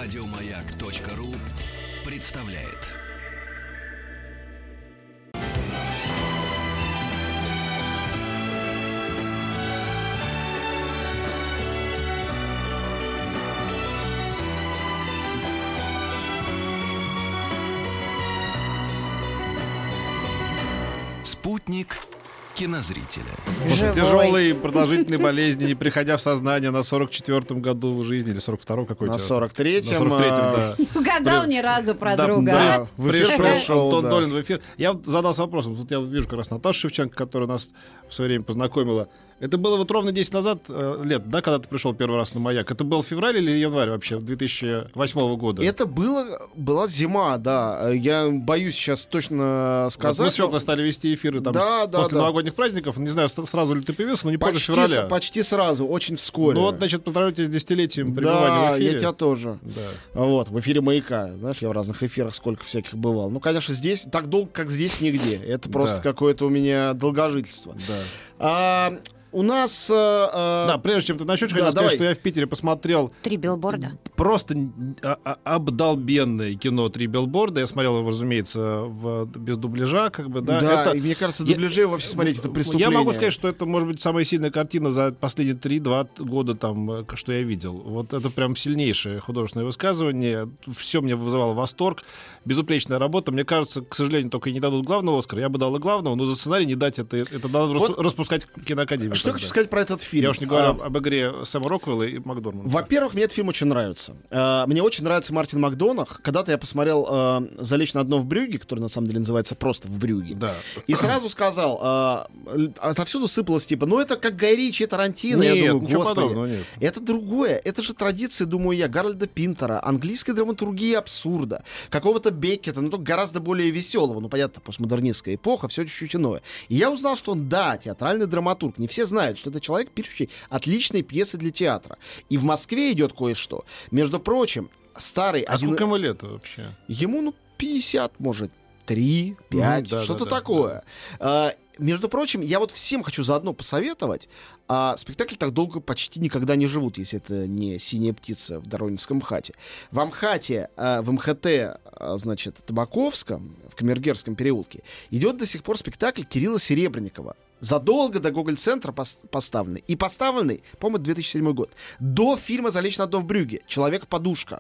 Радиомаяк.ру представляет. Спутник кинозрителя. После тяжелой продолжительной болезни, не приходя в сознание на 44-м году жизни, или 42-м какой-то. На 43-м. На 43-м, да. Не угадал ни разу про друга. Да, В эфир пришел, Антон да. Долин в эфир. Я задался вопросом. Тут я вижу как раз Наташу Шевченко, которая нас в свое время познакомила. Это было вот ровно 10 лет, да, когда ты пришел первый раз на «Маяк? Это был февраль или январь вообще, 2008 года? Это была зима, да. Я боюсь сейчас точно Вот сказать. мы с Фёклой стали вести эфиры там после новогодних праздников. Не знаю, сразу ли ты появился, но не помню февраля. Почти сразу, очень вскоре. Ну вот, значит, поздравляю тебя с десятилетием пребывания в эфире. Да, я тебя тоже. Да. Вот, в эфире «Маяка». Знаешь, я в разных эфирах сколько всяких бывал. Ну, конечно, здесь так долго, как здесь, нигде. Это просто какое-то у меня долгожительство. Да. У нас... Да, прежде чем ты начнешь, хотел сказать, что я в Питере посмотрел 3 билборда. просто обдолбенное кино «Три билборда». Я смотрел его, разумеется, без дубляжа, как бы, да. Да, Это... и мне кажется, дубляжи вообще смотреть, это преступление. Я могу сказать, что это, может быть, самая сильная картина за последние 3-2 года, там, что я видел. Вот это прям сильнейшее художественное высказывание. Все мне вызывало восторг. Безупречная работа. Мне кажется, к сожалению, только и не дадут главного «Оскара». Я бы дал и главного, но за сценарий не дать это надо вот распускать киноакадемию. Что я хочу сказать про этот фильм? Я уж не говорю об игре Сэма Роквелла и Макдорманда. Во-первых, мне этот фильм очень нравится. Мне очень нравится Мартин Макдонах. Когда-то я посмотрел «Залечь на дно в Брюгге», который на самом деле называется просто «В Брюгге». Да. И сразу сказал, отовсюду сыпалось типа, ну это как Гай Ричи, Тарантино. Нет, я думаю, ничего господи, подобного нет. это другое. Это же традиция, думаю я, Гарольда Пинтера, английской драматургии абсурда, какого-то Беккета, но только гораздо более веселого. Ну, понятно, постмодернистская эпоха, все чуть-чуть иное. И я узнал, что он, да, театральный драматург. Не все знают, что это человек, пишущий отличные пьесы для театра. И в Москве идет кое-что. Между прочим, старый... А сколько ему лет вообще? Ему, 50, может, 3, 5, да, что-то да, такое. Между прочим, я вот всем хочу заодно посоветовать. Спектакли так долго почти никогда не живут, если это не «Синяя птица» в Доронинском МХАТе. В МХАТе, в МХТ, значит, Табаковском, в Камергерском переулке, идет до сих пор спектакль Кирилла Серебренникова. Задолго до Гоголь-центра поставленный. И поставленный, по-моему, 2007 год. До фильма «Залечь на дно в Брюгге». «Человек-подушка».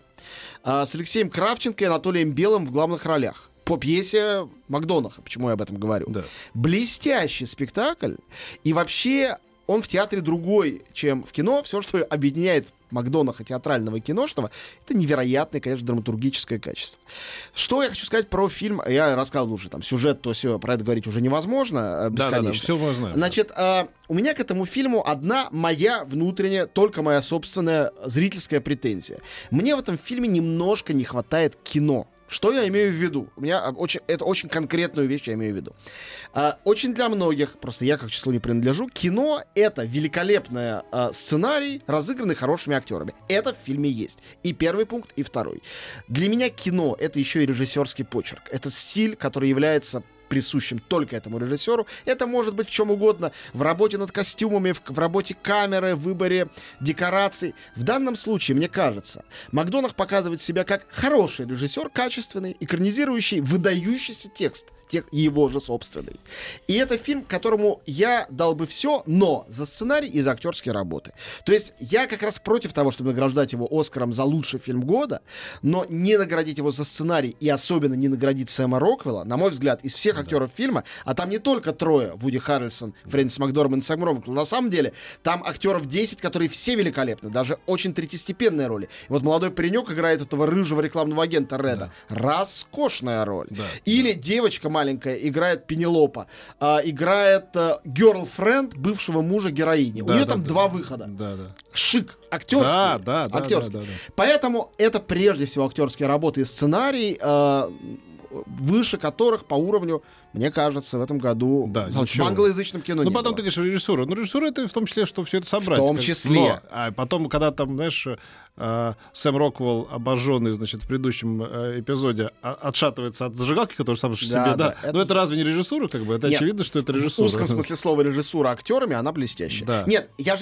С Алексеем Кравченко и Анатолием Белым в главных ролях. По пьесе Макдонаха. Почему я об этом говорю? Да. Блестящий спектакль. И вообще он в театре другой, чем в кино. Все, что объединяет Макдонаха театрального и киношного, это невероятное, конечно, драматургическое качество. Что я хочу сказать про фильм? Я рассказывал уже, там, сюжет, то все, про это говорить уже невозможно, бесконечно. Да, все мы знаем. Значит, у меня к этому фильму одна моя внутренняя, только моя собственная зрительская претензия. Мне в этом фильме немножко не хватает кино. Что я имею в виду? Это очень конкретную вещь я имею в виду. Очень для многих, просто я как числу не принадлежу, кино — это великолепный сценарий, разыгранный хорошими актерами. Это в фильме есть. И первый пункт, и второй. Для меня кино — это еще и режиссерский почерк. Это стиль, который является присущим только этому режиссеру. Это может быть в чем угодно. В работе над костюмами, в работе камеры, в выборе декораций. В данном случае, мне кажется, Макдонах показывает себя как хороший режиссер, качественный, экранизирующий выдающийся текст его же собственный. И это фильм, которому я дал бы все, но за сценарий и за актерские работы. То есть я как раз против того, чтобы награждать его Оскаром за лучший фильм года, но не наградить его за сценарий и особенно не наградить Сэма Роквелла, на мой взгляд, из всех актеров фильма, а там не только трое: Вуди Харрельсон, Фрэнсис Макдорманд и Сэм Роквелл. На самом деле там актеров 10, которые все великолепны, даже очень третьестепенные роли. И вот молодой паренек играет этого рыжего рекламного агента Реда. Да. Роскошная роль. Да. Или девочка маленькая играет Пенелопа, играет герлфренд бывшего мужа героини. У нее там 2 выхода. Шик. Актерский. Актерский. Да. Поэтому это прежде всего актерские работы и сценарий, выше которых по уровню, мне кажется, в этом году в англоязычном кино не было. Потом ты говоришь режиссура. Ну, режиссура — это в том числе, что все это собрать. В том числе. А потом, когда там, знаешь, Сэм Роквелл, обожженный, значит, в предыдущем эпизоде, отшатывается от зажигалки, которую сам себе, да. Но это разве не режиссура, как бы? Это очевидно, что это режиссура. В узком смысле слова режиссура актерами, она блестящая. Да. Нет, я же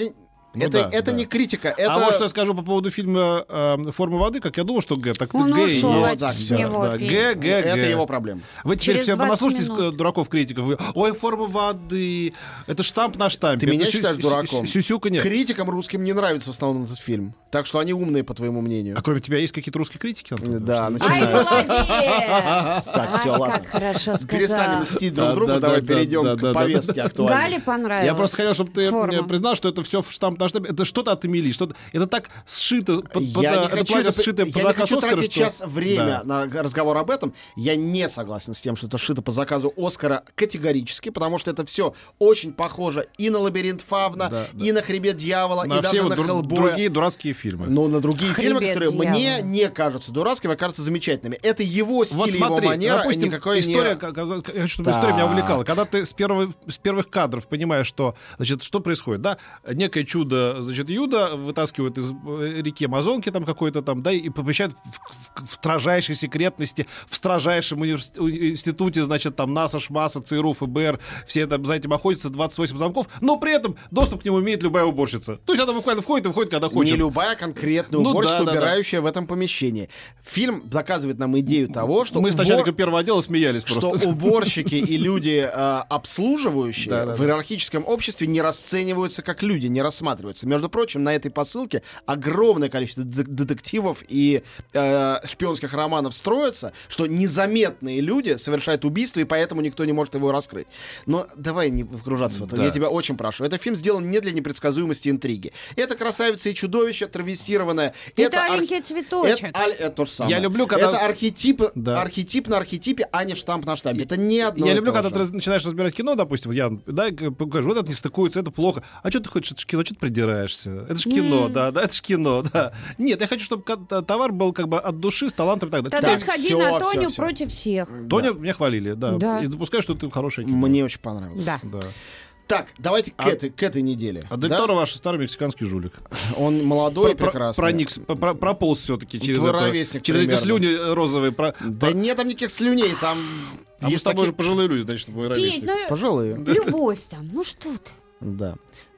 Ну это да, да. не критика, А это... вот что я скажу по поводу фильма «Форма воды», как я думал, что Г, так Он Г и ушел есть. от Всё, него, да. фильм. Г. Это его проблема. Вы теперь Через все 20 понаслушайтесь минут. дураков-критиков. Вы, ой, «Форма воды», это штамп на штампе. Ты меня Это считаешь дураком? Сюсюканье. Критикам русским не нравится в основном этот фильм. Так что они умные, по твоему мнению. А кроме тебя есть какие-то русские критики? Антон? Да, Что- Ай, начинается. молодец! Так, всё, Ай, ладно. как хорошо Перестанем сказал. льстить друг другу, давай перейдем к повестке актуальной. Гале понравилось. Я просто хотел, чтобы ты Форма. мне признал, что это все штамп на штампе. Это что-то отмели, что-то. Это так сшито. Я не это хочу, платье сшито по я не заказу хочу Оскара, тратить что- час время Да. на разговор об этом. Я не согласен с тем, что это сшито по заказу Оскара категорически, потому что это все очень похоже и на «Лабиринт Фавна», Да, да. и на «Хребет дьявола», На и все даже вот на «Хеллбоя». другие дурацкие фильмы. Но на другие фильмы, «Хребет которые мне дьявола». не кажутся дурацкими, а кажутся замечательными. Это его стиль, Вот смотри, его манера, допустим, никакой история, не... я хочу, чтобы история меня Так. увлекала. Когда ты с первых кадров понимаешь, что, значит, что происходит, да, некое чудо, значит, Юда вытаскивают из реки Амазонки там какой-то там, да, и помещают в строжайшей секретности, в строжайшем институте, значит, там НАСА, ШМАСа, ЦРУ, ФБР, все там за этим охотятся, 28 замков, но при этом доступ к нему имеет любая уборщица. То есть она буквально входит и выходит, когда хочет. Не любая конкретная Ну уборщица, да, да, убирающая в этом помещении. Фильм заказывает нам идею того, что Мы с начальником первого отдела смеялись что просто. уборщики и люди, обслуживающие, Да-да-да. в иерархическом обществе не расцениваются как люди, не рассматриваются. Между прочим, на этой посылке огромное количество детективов и шпионских романов строится, что незаметные люди совершают убийство, и поэтому никто не может его раскрыть. Но давай не вгружаться в это. Да. Я тебя очень прошу. Это фильм сделан не для непредсказуемости интриги. Это «Красавица и чудовище», травестированное. Это аленький цветочек. Это то же самое. Я люблю, когда- Это архетип, Да. архетип на архетипе, а не штамп на штампе. Это не одно Я и люблю, то когда же. ты начинаешь разбирать кино, допустим, я, да, и покажу, вот это не стыкуется, это плохо. А что ты хочешь, это ж кино, что ты придираешься? Это же кино, да, это же кино, да. Нет, я хочу, чтобы товар был как бы от души, с талантом и так далее. Тогда Так, сходи всё, на всё, Тоню всё. против всех. Тоня меня хвалили, да. Да. И допускаю, что ты хорошее кино. Мне очень понравилось. Да. Да. Так, давайте А- к этой неделе. А Дель да? Торо ваш старый мексиканский жулик. Он молодой и прекрасный. Прополз все-таки через Твой это. ровесник Через эти примерно. слюни розовые. Да нет там никаких слюней, там А мы есть с тобой же такие... пожилые люди, значит, мой Петь, ровесник. ну, Пожилые. любовь там, ну что ты? Да.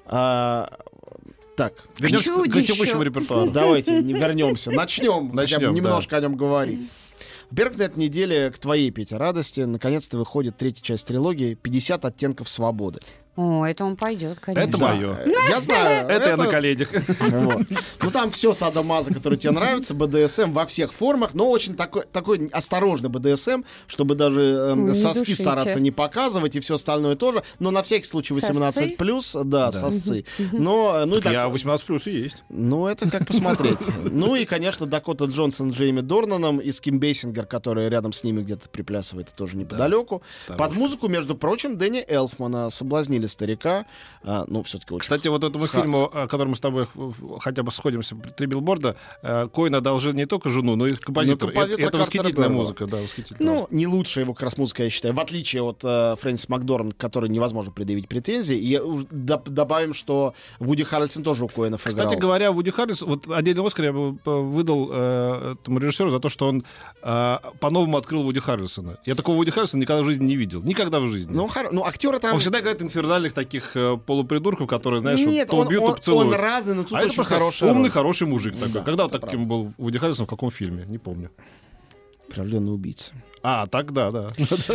Так, Вернемся к чудищу. текущему репертуару. давайте не вернемся. Начнем хотя бы Начнем, немножко о нем говорить. Во-первых, на этой неделе, к твоей, Петя, радости, наконец-то выходит третья часть трилогии «50 оттенков свободы». О, это он пойдет, конечно. Это мое. Я знаю. Это я на коленях. Вот. Ну там все садомаза, который тебе нравится, БДСМ во всех формах, но очень такой осторожный БДСМ, чтобы даже Не соски душите. стараться не показывать и все остальное тоже, но на всякий случай 18+, да, сосцы. Но, ну, и Я так, 18 плюс и есть. ну, это как посмотреть. Ну и, конечно, Дакота Джонсон с Джейми Дорнаном и с Ким Бейсингер, который рядом с ними где-то приплясывает тоже неподалеку. Старушка. Под музыку, между прочим, Дэнни Элфмана «Соблазнили старика». Ну, все-таки очень... Кстати, вот этому фильму, о котором мы с тобой хотя бы сходимся, «Три билборда», Коэн одолжил не только жену, но и композитора. Ну, композитора Это Картера восхитительная Берла. музыка, да, восхитительная. Ну, не лучшая его как раз музыка, я считаю. В отличие от Фрэнсис Макдорманд, которой невозможно предъявить претензии. И добавим, что Вуди Харрельсон тоже у Коэнов играл. Кстати говоря, Вуди Харрельсон, вот отдельный Оскар я бы выдал этому режиссеру за то, что он по-новому открыл Вуди Харрельсона. Я такого Вуди Харрельсона никогда в жизни не видел. Никогда в жизни. Ну, актеры там... Он всегда играет инфернальных таких полупридурков, которые, знаешь, Нет, то убьют, то он поцелуют. разный, но тут А это очень просто хороший умный, хороший мужик такой. Да, Когда вот это таким был Вуди Харрельсон, в каком фильме? Не помню. Прирожденный убийца. А, так да.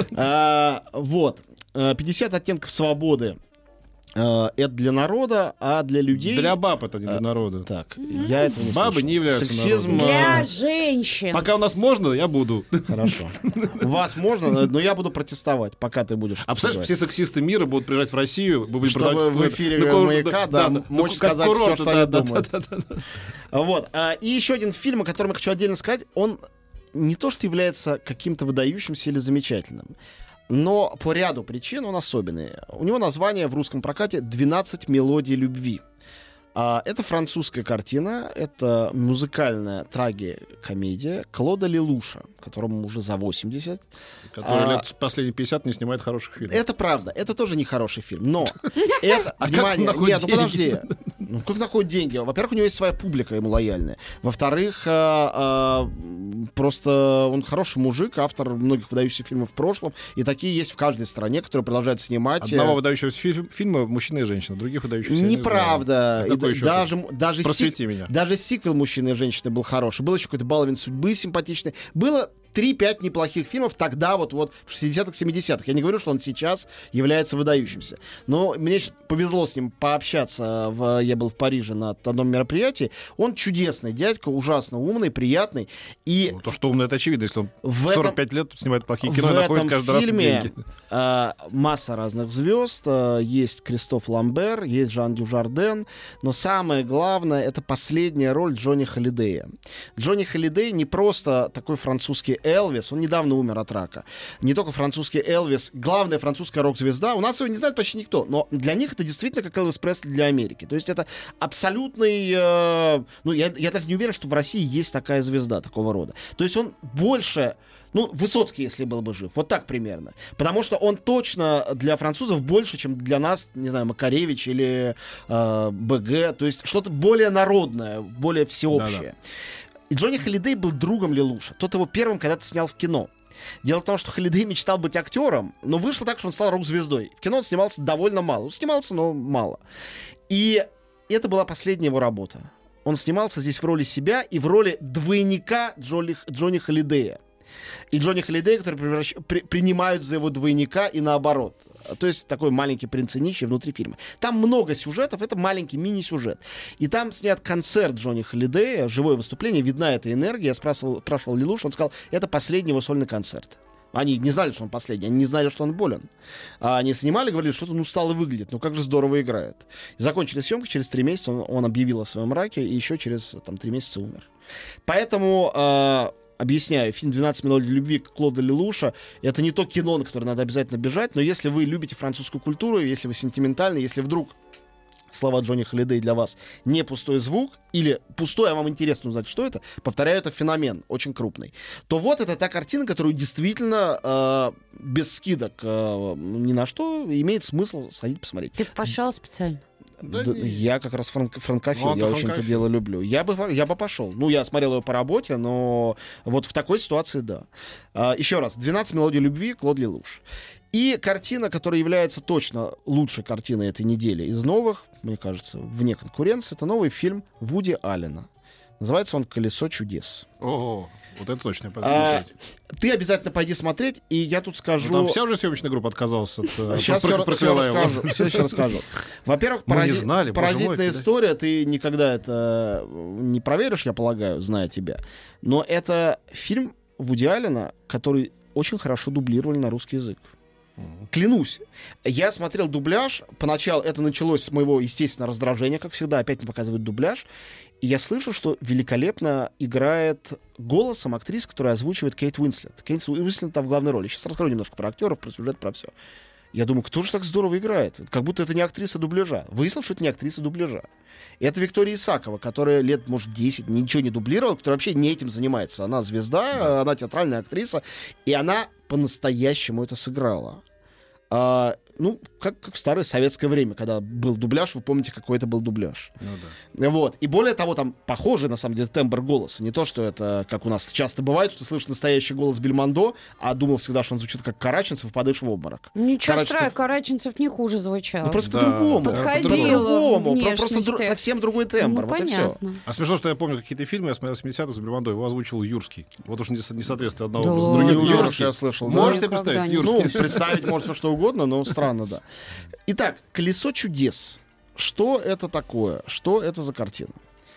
Вот. 50 оттенков свободы. Это для народа, а для людей... Для баб это не для народа. Так, я этого не Бабы слышал. не являются Сексизм... народом. Для женщин. Пока у нас можно, я буду. Хорошо. Вас можно, но я буду протестовать, пока ты будешь... А представляешь, все сексисты мира будут приезжать в Россию, мы будем Чтобы продавать- в эфире на «Маяка», да, мочь как сказать всё, что они да, думают. да. Вот. И еще один фильм, о котором я хочу отдельно сказать, он не то что является каким-то выдающимся или замечательным, но по ряду причин он особенный. У него название в русском прокате «12 мелодий любви». Это французская картина, это музыкальная трагикомедия Клода Лелуша, которому уже за 80. Который лет последние 50 не снимает хороших фильмов. Это правда, это тоже не хороший фильм, но это, А как внимание, он находит нет, ну деньги? подожди, ну как находит деньги? Во-первых, у него есть своя публика ему лояльная. Во-вторых, просто он хороший мужик, автор многих выдающихся фильмов в прошлом, и такие есть в каждой стране, которые продолжают снимать. Одного выдающегося фильма «Мужчина и женщина», других выдающихся неправда. не знаю. Даже Просвети меня. Даже сиквел «Мужчины и женщины» был хороший. Был еще какой-то «Баловень судьбы» симпатичный. Было 3-5 неплохих фильмов тогда, вот в 60-х, 70-х. Я не говорю, что он сейчас является выдающимся. Но мне повезло с ним пообщаться. Я был в Париже на одном мероприятии. Он чудесный дядька, ужасно умный, приятный. И то, что умный, это очевидно. Если он в 45 лет снимает плохие кино и находит каждый раз деньги. Масса разных звезд. Есть Кристоф Ламбер, есть Жан Дюжарден. Но самое главное, это последняя роль Джонни Холлидея. Джонни Холлидей не просто такой французский Элвис, он недавно умер от рака. Не только французский Элвис, главная французская рок-звезда. У нас его не знает почти никто, но для них это действительно как Элвис Пресли для Америки. То есть это абсолютный... я даже не уверен, что в России есть такая звезда такого рода. То есть он больше... Высоцкий, если был бы жив. Вот так примерно. Потому что он точно для французов больше, чем для нас, не знаю, Макаревич или БГ. То есть что-то более народное, более всеобщее. Да-да. И Джонни Холлидей был другом Лелуша. Тот его первым когда-то снял в кино. Дело в том, что Холлидей мечтал быть актером, но вышло так, что он стал рок-звездой. В кино он снимался довольно мало. Он снимался, но мало. И это была последняя его работа. Он снимался здесь в роли себя и в роли двойника Джонни Холлидея. И Джонни Холлидей, который принимают за его двойника и наоборот. То есть такой маленький принц и нищий внутри фильма. Там много сюжетов, это маленький мини-сюжет. И там снят концерт Джонни Холлидея, живое выступление, видна эта энергия. Я спрашивал Лелуш, он сказал, это последний его сольный концерт. Они не знали, что он последний, они не знали, что он болен. Они снимали, говорили, что он устал и выглядит, как же здорово играет. И закончили съемки, через 3 месяца он объявил о своем раке, и еще через 3 месяца умер. Поэтому... Объясняю, фильм «12 минут любви» Клода Лелуша — это не то кино, на которое надо обязательно бежать, но если вы любите французскую культуру, если вы сентиментальны, если вдруг слова Джонни Холлидей для вас не пустой звук, или пустой, а вам интересно узнать, что это, повторяю, это феномен, очень крупный, то вот это та картина, которую действительно без скидок ни на что имеет смысл сходить посмотреть. Ты пошел специально? Я как раз франкофил, я очень это дело люблю. Я бы пошел. Я смотрел его по работе, но вот в такой ситуации, да. Еще раз, «12 мелодий любви» Клод Лелуш. И картина, которая является точно лучшей картиной этой недели из новых, мне кажется, вне конкуренции, это новый фильм Вуди Аллена. Называется он «Колесо чудес». Ого, вот это точно. Ты обязательно пойди смотреть, и я тут скажу... Там вся уже съемочная группа отказалась от... Сейчас все еще расскажу. Во-первых, поразительная история, ты никогда это не проверишь, я полагаю, зная тебя. Но это фильм Вуди Аллена, который очень хорошо дублировали на русский язык. Клянусь. Я смотрел дубляж. Поначалу это началось с моего, естественно, раздражения, как всегда. Опять мне показывают дубляж. И я слышу, что великолепно играет голосом актриса, которая озвучивает Кейт Уинслет. Кейт Уинслет там в главной роли. Сейчас расскажу немножко про актеров, про сюжет, про все. Я думаю, кто же так здорово играет? Как будто это не актриса дубляжа. Выяснилось, что это не актриса дубляжа. Это Виктория Исакова, которая лет, может, 10 ничего не дублировала, которая вообще не этим занимается. Она звезда, она театральная актриса, и она по-настоящему это сыграла. Как в старое советское время, когда был дубляж, вы помните, какой это был дубляж. Да. Вот. И более того, там похожий, на самом деле, тембр голоса. Не то, что это, как у нас часто бывает, что слышишь настоящий голос Бельмондо, а думал всегда, что он звучит как Караченцев, и падаешь в обморок. Ничего страшного, Караченцев не хуже звучал. Просто по-другому. Подходил. Просто совсем другой тембр. Вот понятно. И все. А смешно, что я помню какие-то фильмы, я смотрел 70-х с Бельмондо, его озвучил Юрский. Вот уж несоответствие одного с другим. Юрский я слышал. Можете себе представить? Юрский. Представить может все что угодно, но странно, да. Итак, «Колесо чудес». Что это такое? Что это за картина?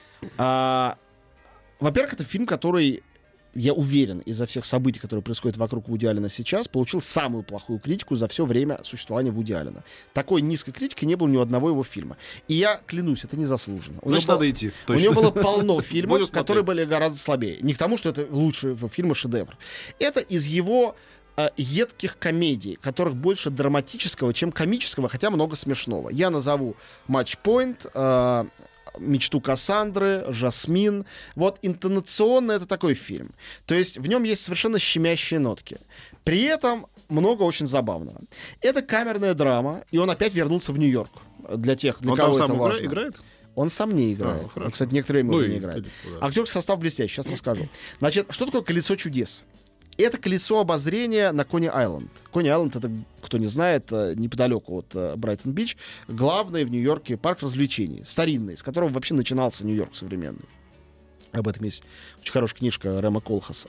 Во-первых, это фильм, который, я уверен, из-за всех событий, которые происходят вокруг Вуди Аллена сейчас, получил самую плохую критику за все время существования Вуди Аллена. Такой низкой критики не было ни у одного его фильма. И я клянусь, это незаслуженно. Значит, надо идти. У него было полно фильмов, которые были гораздо слабее. Не к тому, что это лучший фильм, шедевр. Это из его едких комедий, которых больше драматического, чем комического, хотя много смешного. Я назову «Матч-пойнт», «Мечту Кассандры», «Жасмин». Вот интонационно это такой фильм. То есть в нем есть совершенно щемящие нотки. При этом много очень забавного. Это камерная драма, и он опять вернулся в Нью-Йорк. Для тех, для кого это важно. Играет? Он сам не играет. хорошо. Он, кстати, некоторое время Ну уже и- не играет. да. Актерский состав блестящий, сейчас расскажу. Значит, что такое колесо чудес? Это колесо обозрения на Кони-Айленд. Кони-Айленд — это, кто не знает, неподалеку от Брайтон-Бич, главный в Нью-Йорке парк развлечений, старинный, с которого вообще начинался Нью-Йорк современный. Об этом есть очень хорошая книжка Рэма Колхаса.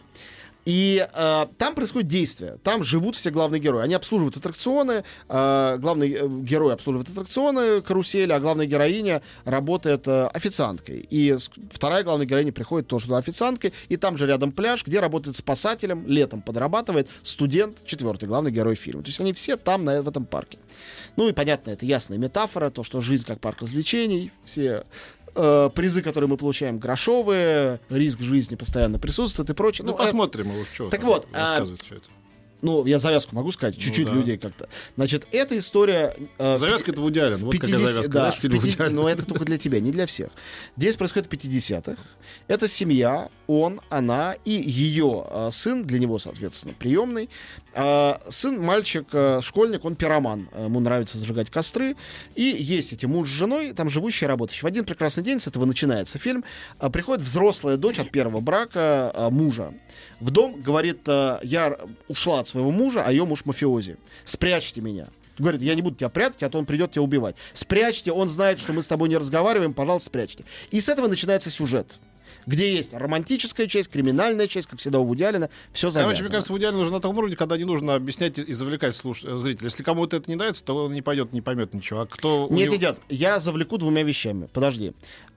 И там происходит действие. Там живут все главные герои. Они обслуживают аттракционы. Главный герой обслуживает аттракционы, карусели, а главная героиня работает официанткой. И вторая главная героиня приходит тоже туда официанткой. И там же рядом пляж, где работает спасателем, летом подрабатывает студент, четвертый главный герой фильма. То есть они все там, в этом парке. Ну и понятно, это ясная метафора, то, что жизнь как парк развлечений, все призы, которые мы получаем, грошовые, риск жизни постоянно присутствует и прочее. Ну, посмотрим, уж что так там вот, рассказывать все это. Ну, я завязку могу сказать, чуть-чуть да. людей как-то. Значит, эта история... Завязка — это Вуди Аллен. Вот какая завязка, да, знаешь, фильм Вуди Аллена. но это только для тебя, не для всех. Здесь происходит в 50-х. Это семья, он, она и ее сын, для него, соответственно, приемный. Сын, мальчик, школьник, он пироман. Ему нравится зажигать костры. И есть эти муж с женой, там живущие, работающие. В один прекрасный день, с этого начинается фильм, приходит взрослая дочь от первого брака мужа в дом, говорит: я ушла от своего мужа, а ее муж мафиози. Спрячьте меня. Говорит: я не буду тебя прятать, а то он придет тебя убивать. Спрячьте, он знает, что мы с тобой не разговариваем, пожалуйста, спрячьте. И с этого начинается сюжет, где есть романтическая часть, криминальная часть, как всегда у Вуди Аллена, все завязано. Короче, мне кажется, Вуди Аллен нужно на таком уровне, когда не нужно объяснять и завлекать зрителя. Если кому-то это не нравится, то он не пойдет, не поймет ничего. А кто Нет, идет. Я завлеку двумя вещами. Подожди.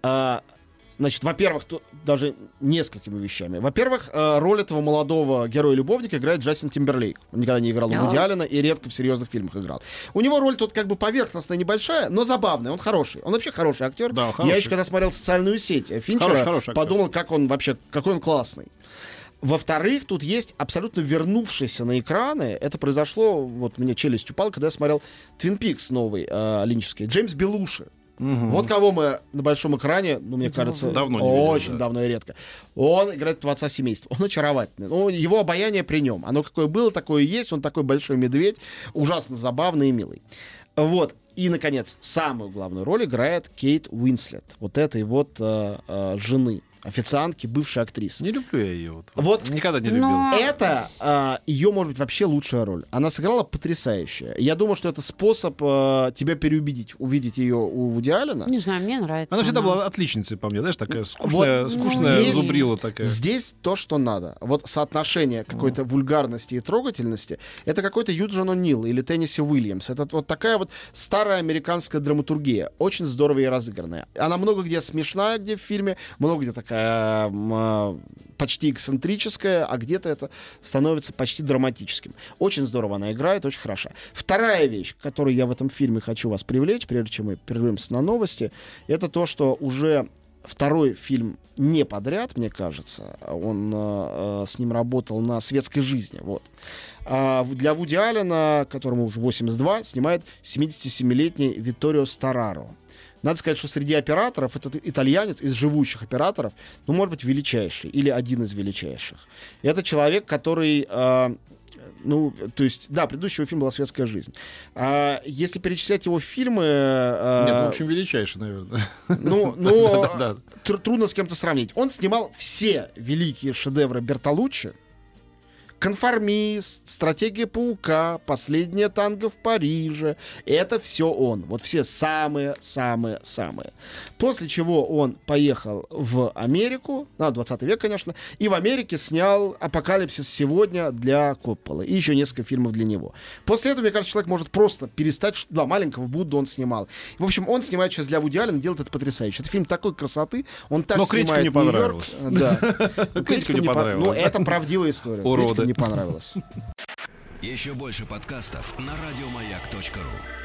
Значит, во-первых, даже несколькими вещами. Во-первых, роль этого молодого героя-любовника играет Джастин Тимберлейк. Он никогда не играл у Вуди Аллена и редко в серьезных фильмах играл. У него роль тут как бы поверхностная, небольшая, но забавная. Он хороший. Он вообще хороший актер. Да, хороший. Я еще когда смотрел «Социальную сеть» Финчера, Хороший подумал, как он вообще, какой он классный. Во-вторых, тут есть абсолютно вернувшийся на экраны. Это произошло, вот мне челюсть упала, когда я смотрел «Твин Пикс» новый, линчевский. Джеймс Белуши. Угу. Вот кого мы на большом экране, ну, мне кажется, давно не видели, очень да. давно и редко. Он играет этого отца семейства. Он очаровательный. Ну, его обаяние при нем. Оно какое было, такое и есть. Он такой большой медведь. Ужасно забавный и милый. Вот. И, наконец, самую главную роль играет Кейт Уинслет. Вот этой вот жены. Официантки, бывшей актрисы. Не люблю я ее. Вот. Никогда не любил. Но- Это ее, может быть, вообще лучшая роль. Она сыграла потрясающе. Я думаю, что это способ тебя переубедить, увидеть ее у Вуди Аллена. Не знаю, мне нравится. Она всегда она. была отличницей по мне, знаешь, такая скучная, Вот скучная здесь- зубрила такая. Здесь то, что надо. Вот соотношение какой-то вульгарности и трогательности, это какой-то Юджин О'Нил или Тенниси Уильямс. Это вот такая вот старая американская драматургия. Очень здорово и разыгранная. Она много где смешная, где в фильме, много где такая почти эксцентрическая, а где-то это становится почти драматическим. Очень здорово она играет, очень хороша. Вторая вещь, к которой я в этом фильме хочу вас привлечь, прежде чем мы прервемся на новости, это то, что уже второй фильм не подряд, мне кажется. Он с ним работал на «Светской жизни». Вот. Для Вуди Аллена, которому уже 82, снимает 77-летний Витторио Стараро. Надо сказать, что среди операторов этот итальянец из живущих операторов, ну, может быть, величайший или один из величайших. Это человек, который... ну, то есть, да, предыдущий его фильм была «Светская жизнь». Если перечислять его фильмы... Нет, в общем, величайший, наверное. Ну, трудно с кем-то сравнить. Он снимал все великие шедевры Бертолуччи. «Конформист», «Стратегия паука», «Последнее танго в Париже». Это все он. Вот все самые-самые-самые. После чего он поехал в Америку, 20 век, конечно, и в Америке снял «Апокалипсис сегодня» для Копполы. И еще несколько фильмов для него. После этого, мне кажется, человек может просто перестать... Да, «Маленького Будду» он снимал. В общем, он снимает сейчас для Вуди Аллена, делает это потрясающе. Это фильм такой красоты. Он так Но снимает критику не Нью-Йорк. понравилось. Да. Критику не понравилось. Ну, это правдивая история. Уроды. Критикам не понравилось. Еще больше подкастов на радиомаяк.ру.